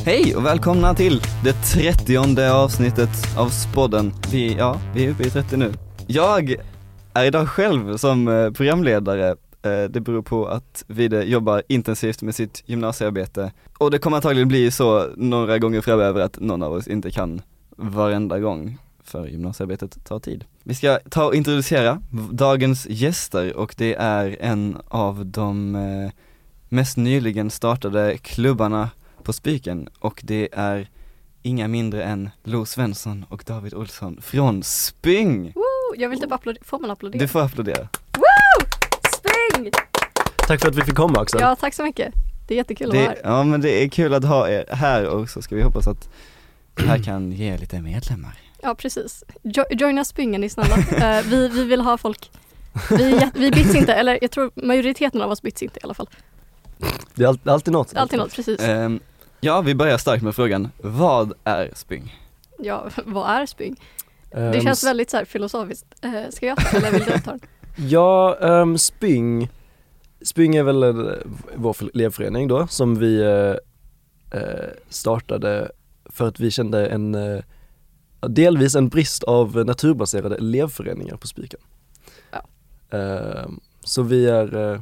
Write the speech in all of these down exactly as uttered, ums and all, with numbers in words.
Hej och välkomna till det trettionde avsnittet av Spodden. Vi, ja, vi är uppe i trettio nu. Jag är idag själv som programledare. Det beror på att Vide jobbar intensivt med sitt gymnasiearbete. Och det kommer antagligen bli så några gånger framöver att någon av oss inte kan varenda gång, för gymnasiearbetet tar tid. Vi ska ta och introducera dagens gäster, och det är en av de eh, mest nyligen startade klubbarna på Spiken, och det är inga mindre än Lo Svensson och David Olsson från Spyng. Woo! Jag vill typ applådera. Får man applådera? Du får applådera. Woo! Spyng! Tack för att vi fick komma också. Ja, tack så mycket. Det är jättekul det, att vara här. Ja, men det är kul att ha er här, och så ska vi hoppas att det här kan ge lite medlemmar. Ja, precis. Jo- joina Spyngen i snälla. uh, vi, vi vill ha folk. Vi, vi bits inte, eller jag tror majoriteten av oss bits inte i alla fall. Det är all, alltid något. Alltid något, precis. Um, ja, vi börjar starkt med frågan. Vad är Spyng? Ja, vad är Spyng? Um, Det känns väldigt så här filosofiskt. Uh, ska jag ta eller vill du ta den? Ja, um, Spyng. Spyng är väl uh, vår elevförening då, som vi uh, uh, startade för att vi kände en uh, delvis en brist av naturbaserade elevföreningar på Spiken. Ja. Uh, så vi är uh,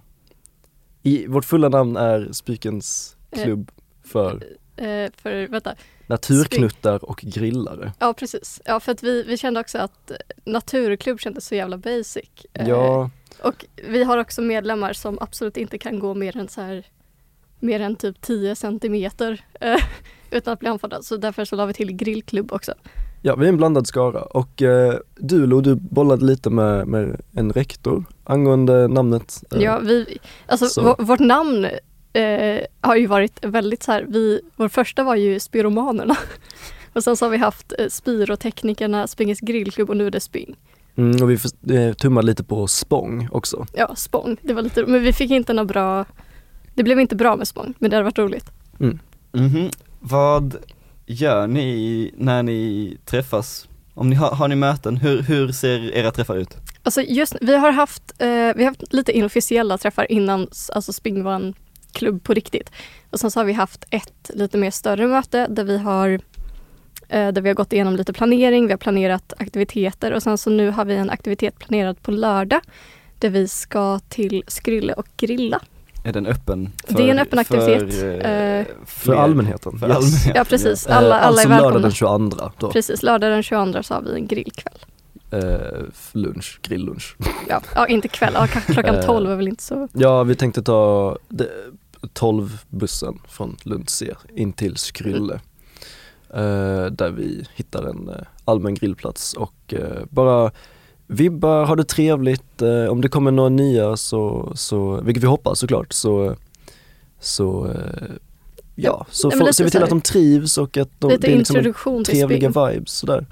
i, vårt fulla namn är Spikens klubb för uh, för, vänta. naturknuttar och grillare. Ja, precis. Ja, för att vi, vi kände också att naturklubb kändes så jävla basic. Ja. Och vi har också medlemmar som absolut inte kan gå mer än så här, mer än typ tio centimeter eh, utan att bli anfallda. Så därför så la vi till grillklubb också. Ja, vi är en blandad skara. Och eh, du Lo, du bollade lite med, med en rektor angående namnet. Eh, Ja, vi, alltså v- vårt namn eh, har ju varit väldigt så här, vi, vår första var ju Spiromanerna. Och sen så har vi haft eh, Spiroteknikerna, Spyngens grillklubb, och nu är det Spyng. Mm, och vi eh, tummade lite på Spång också. Ja, Spång. Det var lite, men vi fick inte några bra, det blev inte bra med Spång, men det hade varit roligt. Mm. Mm-hmm. Vad gör ni när ni träffas? Om ni har, har ni möten, hur, hur ser era träffar ut? Alltså just, vi har haft, eh, vi har haft lite inofficiella träffar innan, alltså Spyng var en klubb på riktigt. Och sen så har vi haft ett lite mer större möte där vi har eh, där vi har gått igenom lite planering, vi har planerat aktiviteter, och sen så nu har vi en aktivitet planerad på lördag där vi ska till Skrylle och grilla. Är den öppen? För, Det är en öppen aktivitet. För, eh, För allmänheten. För Yes. allmänheten. Ja, precis. Eh, Alla, alla alltså är välkomna. lördag den tjugoandra då. Precis, lördag den tjugoandra så har vi en grillkväll. Eh, lunch, grilllunch. Ja, ja inte kväll, ja, k- klockan tolv är väl inte så. Ja, vi tänkte ta det, tolv bussen från Lund C in till Skrylle. Eh, där vi hittar en eh, allmän grillplats och eh, bara vibba, ha det trevligt. Eh, om det kommer några nya så, så vilket vi hoppas såklart, så, så eh, ja, så Ja, får, lite ser vi till så här- att de trivs och att de, Lite det är liksom introduktion till trevliga Spyng. vibes sådär.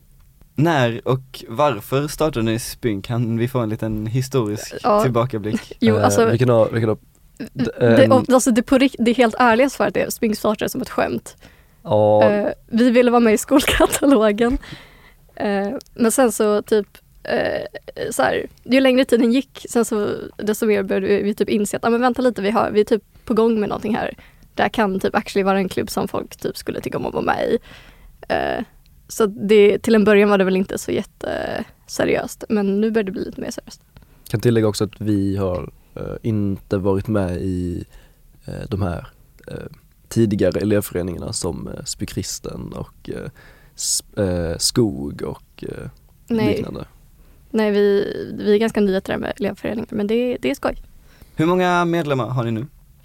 När och varför startade ni Spyng? Kan vi få en liten historisk Ja. tillbakablick? Jo, Eh, alltså, vi kan ha, vi kan ha d- det, en- och, alltså det, på, rikt- det är helt ärliga svaret är Spyng startade som ett skämt. ja, Eh, vi ville vara med i skolkatalogen. Eh, men sen så typ eh, så här, ju längre tiden gick, sen så desto mer började vi, vi typ inse att ah, men vänta lite, vi, har, vi är typ på gång med någonting här. Det här kan typ actually vara en klubb som folk typ skulle tycka om att vara med i. Eh, så det, till en början var det väl inte så jätteseriöst, men nu börjar det bli lite mer seriöst. kan tillägga också att vi har eh, inte varit med i eh, de här eh, tidigare elevföreningarna som eh, Spykristen och eh, sp- eh, Skog och eh, Nej, liknande. nej vi, vi är ganska nya till det här med elevföreningar, men det, det är skoj. Hur många medlemmar har ni nu?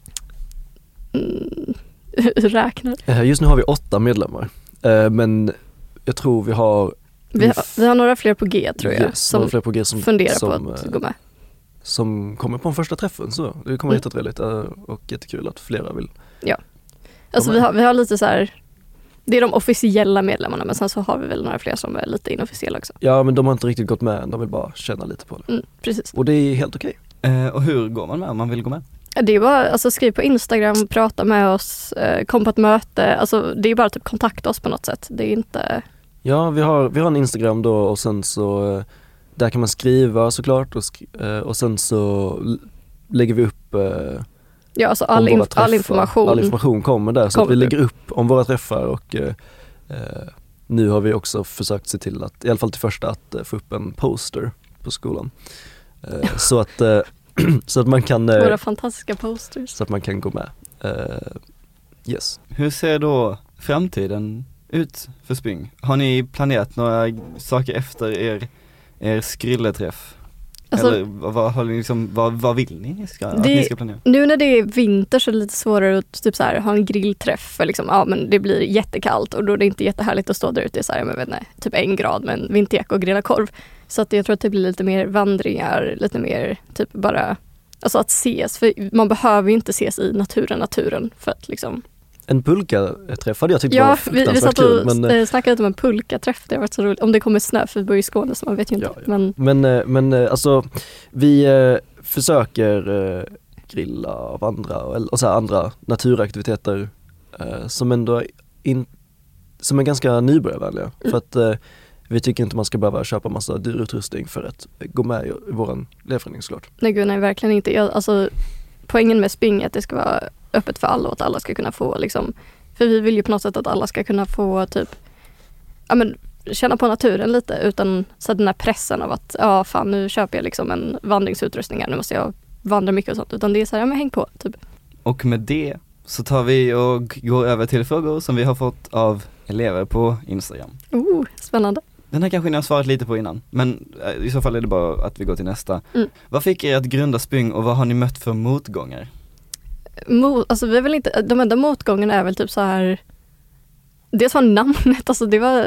Mm, räknar. Eh, just nu har vi åtta medlemmar, eh, men jag tror vi har Vi har, vi har några fler på G tror jag, yes, några som fler på G som, funderar som, på att eh, gå med. som kommer på en första träffen, så det kommer Mm. jättetrevligt eh, och jättekul att flera vill. Alltså med. vi har, vi har lite så här, det är de officiella medlemmarna, men sen så har vi väl några fler som är lite inofficiella också. Ja, men de har inte riktigt gått med än, de vill bara känna lite på det. Mm, precis. Och det är helt okej. Eh, och hur går man med om man vill gå med? Det är bara alltså skriv på Instagram, prata med oss, eh, kom på ett möte, alltså det är bara typ kontakta oss på något sätt. Det är inte... Ja, vi har, vi har en Instagram då, och sen så eh, där kan man skriva såklart och, sk- eh, och sen så l- lägger vi upp eh, Ja, alltså all, om våra inf- all träffar. information. All information kommer där, så kommer att vi lägger upp om våra träffar och eh, eh, nu har vi också försökt se till att, i alla fall till första, att eh, få upp en poster på skolan. Eh, så, att, eh, så att man kan eh, Våra fantastiska posters. så att man kan gå med. Eh, yes. Hur ser då framtiden ut för Spyng? Har ni planerat några saker efter er, er skrylleträff? Alltså, Eller vad, vad, har ni liksom, vad, vad vill ni ska, att Det- ni ska planera? nu när det är vinter så är det lite svårare att typ så här, ha en grillträff för liksom, ja, men det blir jättekallt och då är det inte jättehärligt att stå där ute i så här, jag vet inte, typ en grad med en vinterjacka och grilla korv. Så att jag tror att det blir lite mer vandringar, lite mer typ bara, alltså att ses, för man behöver ju inte ses i naturen, naturen för att liksom. En pulka-träff hade jag tyckt var Ja, vi, vi fruktansvärt satt och kul. Men, eh, snackade lite om en pulkaträff, det har varit så roligt. Om det kommer snö, för vi bor i Skåne så man vet ju inte. Ja, ja. Men men, eh, men eh, alltså vi eh, försöker eh, grilla av andra och, och så här andra naturaktiviteter eh, som ändå in, som är ganska nybörjarvänliga. Mm. För att eh, vi tycker inte man ska behöva köpa massa dyr utrustning för att gå med i, i våran elevförening såklart. nej gud, nej verkligen inte. Jag, alltså, poängen med Spyng är att det ska vara öppet för alla och att alla ska kunna få liksom, för vi vill ju på något sätt att alla ska kunna få typ, ja men känna på naturen lite utan så att den här pressen av att ja fan nu köper jag liksom en vandringsutrustning här, nu måste jag vandra mycket och sånt, utan det är så här, ja men häng på typ. Och med det så tar vi och går över till frågor som vi har fått av elever på Instagram. Oh, spännande. Den här kanske ni har svarat lite på innan, men i så fall är det bara att vi går till nästa. Mm. Vad fick er att grunda Spyng och vad har ni mött för motgångar? Mo- alltså vi är väl inte, de enda motgångarna är väl typ så här, det var namnet, alltså det var,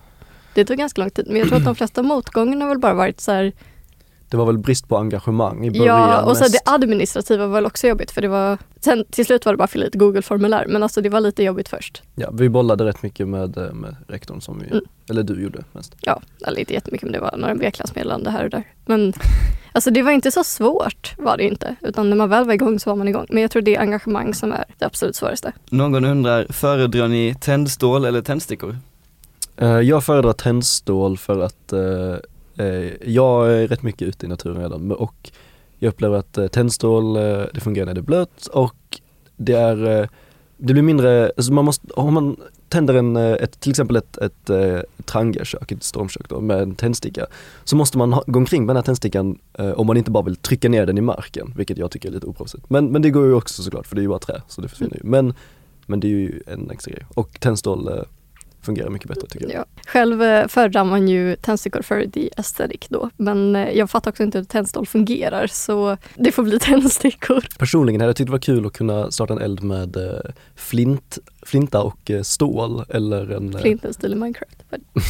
det tog ganska lång tid, men jag tror att de flesta motgångarna har väl bara varit så här. Det var väl brist på engagemang i början. Ja, och så mest. det administrativa var väl också jobbigt för det var, sen till slut var det bara att fylla i ett Google-formulär, men alltså det var lite jobbigt först. Ja, vi bollade rätt mycket med, eh, med rektorn som vi, Mm. eller du gjorde mest. Ja, eller inte jättemycket, men det var några B-klassmeddelande här och där. Men alltså det var inte så svårt, var det inte, utan när man väl var igång så var man igång. Men jag tror det är engagemang som är det absolut svåraste. Någon undrar, föredrar ni tändstål eller tändstickor? Eh, jag föredrar tändstål för att eh, eh, jag är rätt mycket ute i naturen redan och jag upplever att eh, tändstål eh, det fungerar när det är blött och det är eh, det blir mindre, alltså man måste, om man tänder en, eh, ett, till exempel ett, ett, ett trangerkök, ett stormkök då, med en tändsticka, så måste man ha, gå omkring med den här tändstickan eh, om man inte bara vill trycka ner den i marken, vilket jag tycker är lite oproffsigt. Men, men det går ju också såklart, för det är ju bara trä, så det försvinner ju. Men, men det är ju en extra grej. Och tändstål eh, fungerar mycket bättre tycker jag. Ja. Själv eh, föredrar man ju tändstickor för the aesthetic då, men eh, jag fattar också inte hur tändstål fungerar, så det får bli tändstickor. Personligen hade jag tyckt det var kul att kunna starta en eld med eh, flint, flinta och eh, stål eller en... Eh, Flinten stil i Minecraft.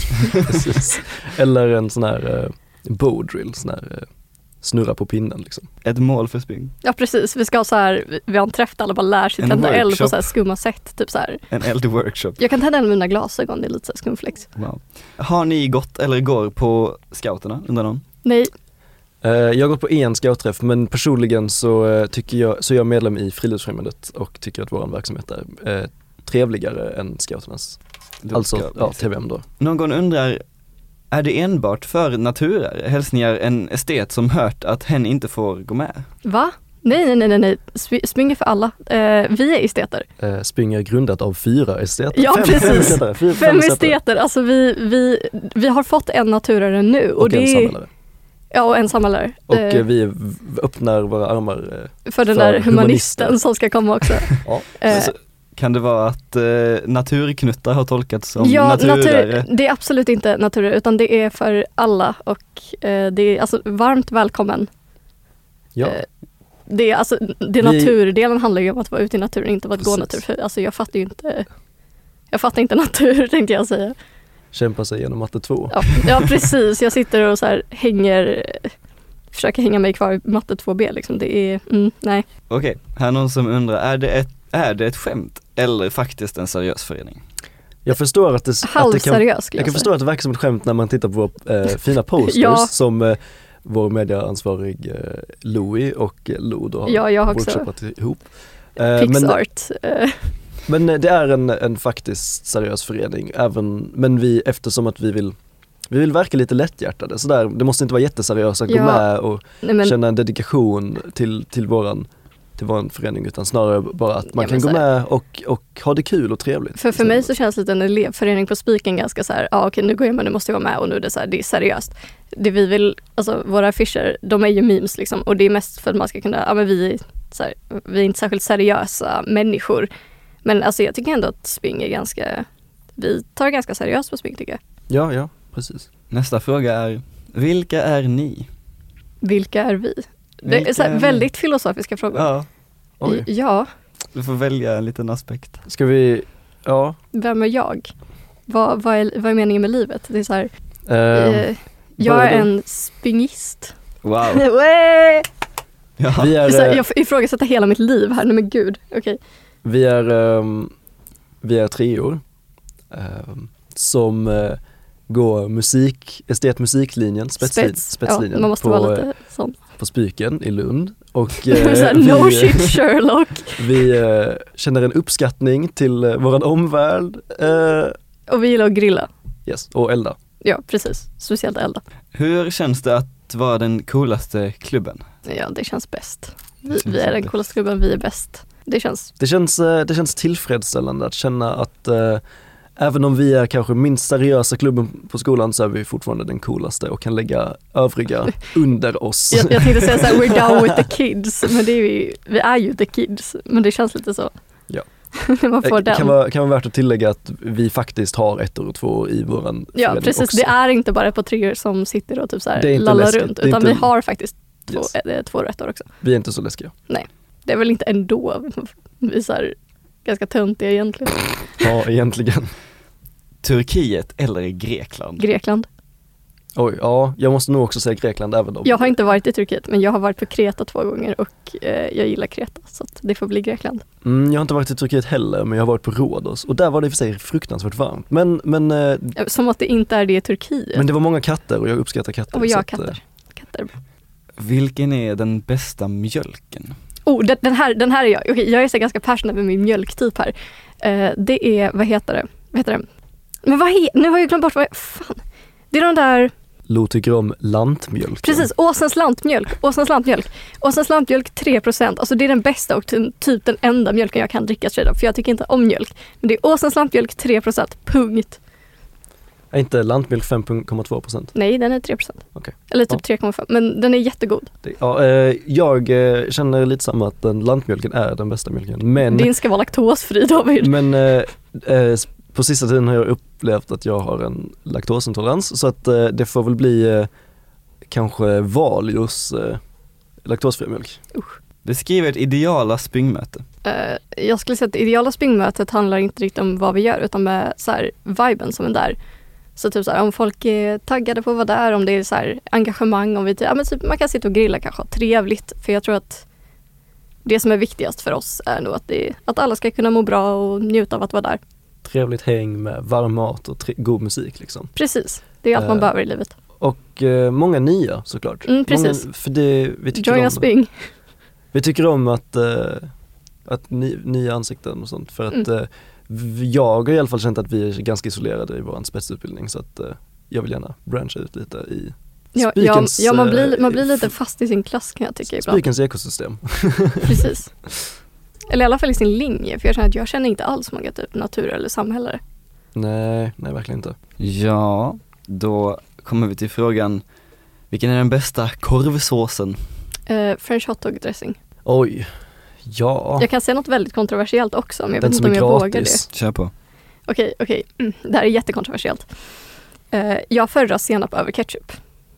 precis. Eller en sån här eh, bow drill, sån här eh, snurra på pinnen liksom. Ett mål för Spyng? Ja precis, vi ska ha så här, vi- vi har en träff där alla bara lär sig En tända eld på workshop. så här skumma sätt, typ så här. En eldworkshop? Jag kan tända eld med mina glasögon, det är lite så här skumflex. Wow. Har ni gått eller går på scouterna, undrar någon? Nej, Eh, jag har gått på en scoutträff, men personligen så, eh, tycker jag, så är jag medlem i Friluftsfrämjandet och tycker att vår verksamhet är eh, trevligare än scouternas. Då Alltså, ska vi ja, se. T V M då. Någon undrar, är det enbart för naturer? Hälsningar en estet som hört att hen inte får gå med? va? Nej, nej, nej, nej, nej. Sp- Spyng är för alla. Eh, vi är esteter. Eh, Spyng är grundat av fyra esteter. Ja, fem, precis. Fem esteter. Fyra, Fem esteter. esteter, alltså vi, vi, vi har fått en naturare nu. Och, Och det en är, samhällare. ja, och en samhällare. Och Eh, eh, vi v- öppnar våra armar. Eh, för den för där humanisten humanister. som ska komma också. ja. Eh, Så, kan det vara att eh, naturknuttar har tolkats som ja, naturare? natur, det är absolut inte naturer utan det är för alla och eh, det är alltså varmt välkommen. ja. Eh, det är alltså, det Vi- naturdelen handlar ju om att vara ute i naturen, inte om att gå Precis. natur. För, alltså jag fattar ju inte, jag fattar inte natur tänkte jag säga. Kämpa sig genom matte två. Ja, ja precis, jag sitter och så här hänger, försöker hänga mig kvar i matte två B liksom. Det är, mm, nej. Okej, här är någon som undrar, är det, ett, är det ett skämt eller faktiskt en seriös förening? Jag förstår att det, att det kan, Halvseriös skulle jag kan jag förstå säga. att det verkar som ett skämt när man tittar på våra eh, fina posters Ja. som eh, vår medieansvarig eh, Louis och eh, Lo då har Ja, jag har också workshoppat ihop. Eh, men, Pixart. Eh, men det är en, en faktiskt seriös förening, även, men vi, eftersom att vi vill vi vill verka lite lätthjärtade, sådär, det måste inte vara jätteseriöst att Ja. gå med och nej men, känna en dedikation till, till våran till vara en förening, utan snarare bara att man Ja, kan gå så här- med och, och ha det kul och trevligt. För, för mig så känns lite en elevförening på Spiken ganska så här, ja ah, okej nu går jag med, nu måste jag vara med och nu är det så här, det är seriöst. Det vi vill, alltså våra affischer, de är ju memes liksom och det är mest för att man ska kunna, ja men vi, så här, vi är inte särskilt seriösa människor. Men alltså jag tycker ändå att Sping är ganska, vi tar ganska seriöst på Sping tycker jag. Ja, ja, precis. Nästa fråga är, vilka är ni? Vilka är vi? Det Vilka är så här, är ni? väldigt filosofiska frågor. Ja, Oj. I- Ja, du får välja en liten aspekt. Ska vi, ja. vem är jag? Vad, vad, är, vad är meningen med livet? Det är så här, ehm, eh, jag börjar är du? en spingist. Wow. Wey! Ja. vi Det är är, så här, eh, jag ifrågasätter hela mitt liv här, nej men gud. Okej. vi är, ehm, vi är treor ehm, som eh, går musik, estet musiklinjen, spetsli, Spets. spetslinjen Ja, man måste på, vara lite sån. på Spiken i Lund. Och Så här, eh, no vi, shit Sherlock. vi eh, känner en uppskattning till eh, våran omvärld eh, Och vi gillar att grilla. yes, och elda. Ja, precis. Speciellt elda. Hur känns det att vara den coolaste klubben? Ja, det känns bäst. Vi, känns vi är den bäst. coolaste klubben, vi är bäst. Det känns, Det känns, eh, det känns tillfredsställande att känna att eh, även om vi är kanske minst seriösa klubben på skolan så är vi fortfarande den coolaste och kan lägga övriga under oss. jag, jag tänkte säga så här, we're down with the kids. Men det är vi, vi är ju the kids. Men det känns lite så. Ja. När man får Det kan den. vara, kan vara värt att tillägga att vi faktiskt har ettor och två i våran Ja, förening precis. också. Det är inte bara ett par treor som sitter och typ så här Det är inte lallar läskigt. runt. Det är Utan inte- vi har faktiskt två, Yes. eh, två rätter också. Vi är inte så läskiga. Det är väl inte ändå. Vi är så här ganska töntiga egentligen. Ja, egentligen. Turkiet eller Grekland? Grekland. Oj, ja, jag måste nog också säga Grekland även om. Jag har inte varit i Turkiet men jag har varit på Kreta två gånger och eh, jag gillar Kreta så att det får bli Grekland. Mm, jag har inte varit i Turkiet heller, men jag har varit på Rhodos och där var det i och för sig fruktansvärt varmt. Men, men, eh, Eh, Som att det inte är det i Turkiet. men det var många katter och jag uppskattar katter. och jag så har att, eh, katter. katter. är bra. Vilken är den bästa mjölken? Oh, den, den, här, den här är jag. Okej, jag är så ganska passionate med min mjölktyp här. Eh, det är, vad heter det? Vad heter det? Men vad he- nu har jag glömt bort vad jag, fan. Det är de där, Lo tycker om lantmjölk. precis, Åsens lantmjölk. Åsens lantmjölk. Åsens lantmjölk tre procent. Alltså det är den bästa och ty- typ den enda mjölken jag kan dricka straight up, för jag tycker inte om mjölk. Men det är Åsens lantmjölk tre procent. Punkt. Är inte lantmjölk fem komma två procent? Nej, den är tre procent. Okej. Eller typ Ja. tre komma fem. Men den är jättegod. Det- Ja, eh, jag eh, känner lite samma att den lantmjölken är den bästa mjölken. Men, Din ska vara laktosfri, David. men eh, eh, på sista tiden har jag upplevt att jag har en laktosintolerans, så att eh, det får väl bli eh, kanske Valios eh, laktosfri mjölk. Beskriv ert ideala springmöte. Eh, jag skulle säga att det ideala springmötet handlar inte riktigt om vad vi gör utan med så här, viben som är där. Så typ så här, om folk är taggade på att vara där, om det är så här, engagemang, om vi, ja, men typ, man kan sitta och grilla kanske, trevligt. För jag tror att det som är viktigast för oss är nog att, det, att alla ska kunna må bra och njuta av att vara där. Trevligt häng med varm mat och tre- god musik liksom. Precis, det är allt man Eh, behöver i livet. Och eh, många nya såklart. Mm, precis. Många, för det, vi, tycker Join om, us Sping. vi tycker om att, eh, att ny, nya ansikten och sånt. För att Mm. eh, v- jag har i alla fall känt att vi är ganska isolerade i vår spetsutbildning, så att eh, jag vill gärna branscha ut lite i Ja, ja, Spikens, ja man, blir, eh, man blir lite f- fast i sin klass kan jag tycka ibland. Spikens ekosystem. Precis. Eller i alla fall i sin linje, för jag känner att jag känner inte alls många typ natur eller samhällare. Nej, nej verkligen inte. Ja, då kommer vi till frågan, vilken är den bästa korvsåsen? Uh, French hotdog dressing. Oj, ja. Jag kan säga något väldigt kontroversiellt också, men jag Den vet som inte är om jag vågar det. gratis. Kör på. Okej, okej. Mm, det här är jättekontroversiellt. Uh, jag föredrar senap över ketchup.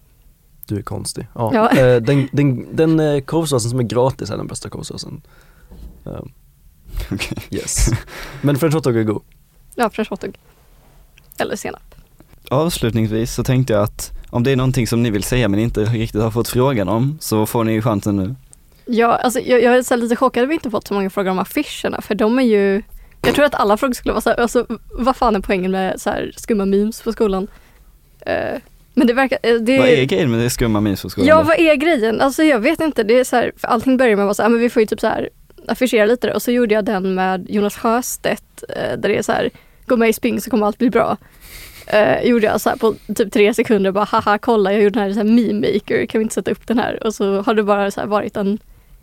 Du är konstig. Ja. Ja. Eh, den den, den eh, korvsåsen som är gratis är den bästa korvsåsen. Um, Okej. yes. Men french hotdog är god. Ja, French hotdog. Eller senap. Avslutningsvis så tänkte jag att om det är någonting som ni vill säga men inte riktigt har fått frågan om, så får ni chansen nu. Ja, alltså, jag, jag är så här lite chockad att vi inte fått så många frågor om affischerna, för de är ju... Jag tror att alla frågor skulle vara så här, alltså, vad fan är poängen med så här skumma memes på skolan? Uh, men det verkar... eh, Det, Vad är grejen med det skumma memes på skolan? Ja, då? vad är grejen? Alltså jag vet inte, det är så här, för allting börjar med att vara så här, men vi får ju typ så här affischera lite, och så gjorde jag den med Jonas Sjöstedt eh, där det är så här, gå med i Sping så kommer allt bli bra. Eh, gjorde jag så här på typ tre sekunder och bara haha kolla, jag gjorde den här, så här meme maker, kan vi inte sätta upp den här? Och så har det bara så här varit en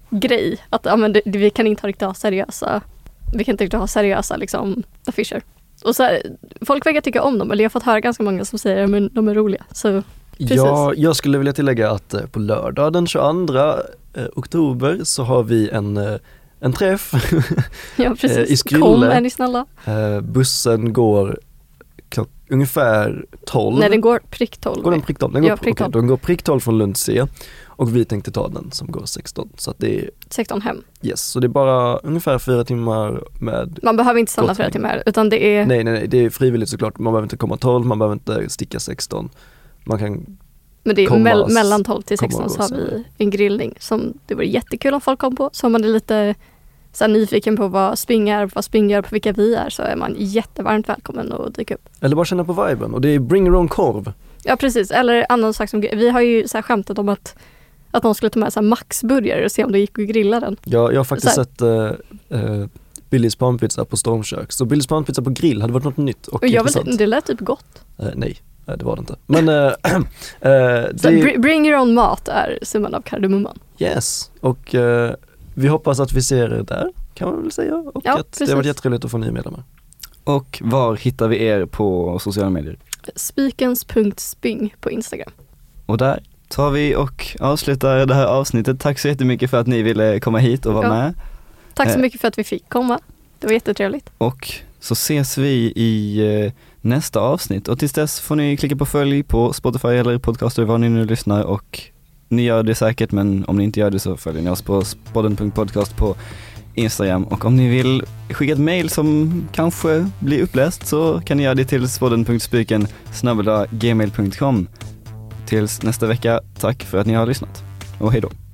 grej. Att ja, men det, vi kan inte riktigt ha seriösa, vi kan inte riktigt ha seriösa liksom, affischer. Och så här, folk verkar tycka om dem, eller jag har fått höra ganska många som säger att de är roliga. Så, ja, jag skulle vilja tillägga att eh, på lördag den tjugoandra eh, oktober så har vi en, eh, en träff ja, precis. eh, i Skrylle. Kom, är ni snälla. Eh, bussen går klock, ungefär tolv. Nej, den går prick tolv. Går den prick tolv? Den går, ja, prick tolv. Okay, den går prick tolv från Lund C och vi tänkte ta den som går sexton. Så att det är sexton hem. Yes, så det är bara ungefär fyra timmar med... Man behöver inte stanna fyra timmar, utan det är... Nej, nej, nej, det är frivilligt såklart. Man behöver inte komma tolv, man behöver inte sticka sexton. Man kan Men det är komma, mell- mellan tolv till komma sexton så har sen. vi en grillning som det vore jättekul om folk kom på. Så om man är lite så här nyfiken på vad Sping är, vad Sping gör, på vilka vi är, så är man jättevarmt välkommen att dyka upp. Eller bara känna på viben, och det är bring your own korv. Ja, precis. Eller annan sak som... Vi har ju så här skämtat om att att någon skulle ta med så här Max-burgare och se om det gick att grilla den. Ja, jag har faktiskt så sett uh, uh, Billys panpizza på Stormkök. Så Billys panpizza på grill hade varit något nytt och, och jag intressant. Vill, det lät typ gott. Uh, nej, det var det inte. Men uh, uh, så det... br- bring your own mat är summan av kardemumman. Yes, och uh, vi hoppas att vi ser er där, kan man väl säga. Och ja, att det har varit jätteroligt att få nya medlemmar. Och var hittar vi er på sociala medier? spikens punkt sping på Instagram. Och där tar vi och avslutar det här avsnittet. Tack så jättemycket för att ni ville komma hit och vara ja. med. Tack så mycket för att vi fick komma. Det var jättetrevligt. Och så ses vi i eh, nästa avsnitt. Och tills dess får ni klicka på följ på Spotify eller podcaster var ni nu lyssnar. Och ni gör det säkert, men om ni inte gör det så följer ni oss på spodden punkt podcast på Instagram. Och om ni vill skicka ett mejl som kanske blir uppläst så kan ni göra det till spodden punkt spiken snabel-a gmail punkt com. Tills nästa vecka, tack för att ni har lyssnat. Och hej då.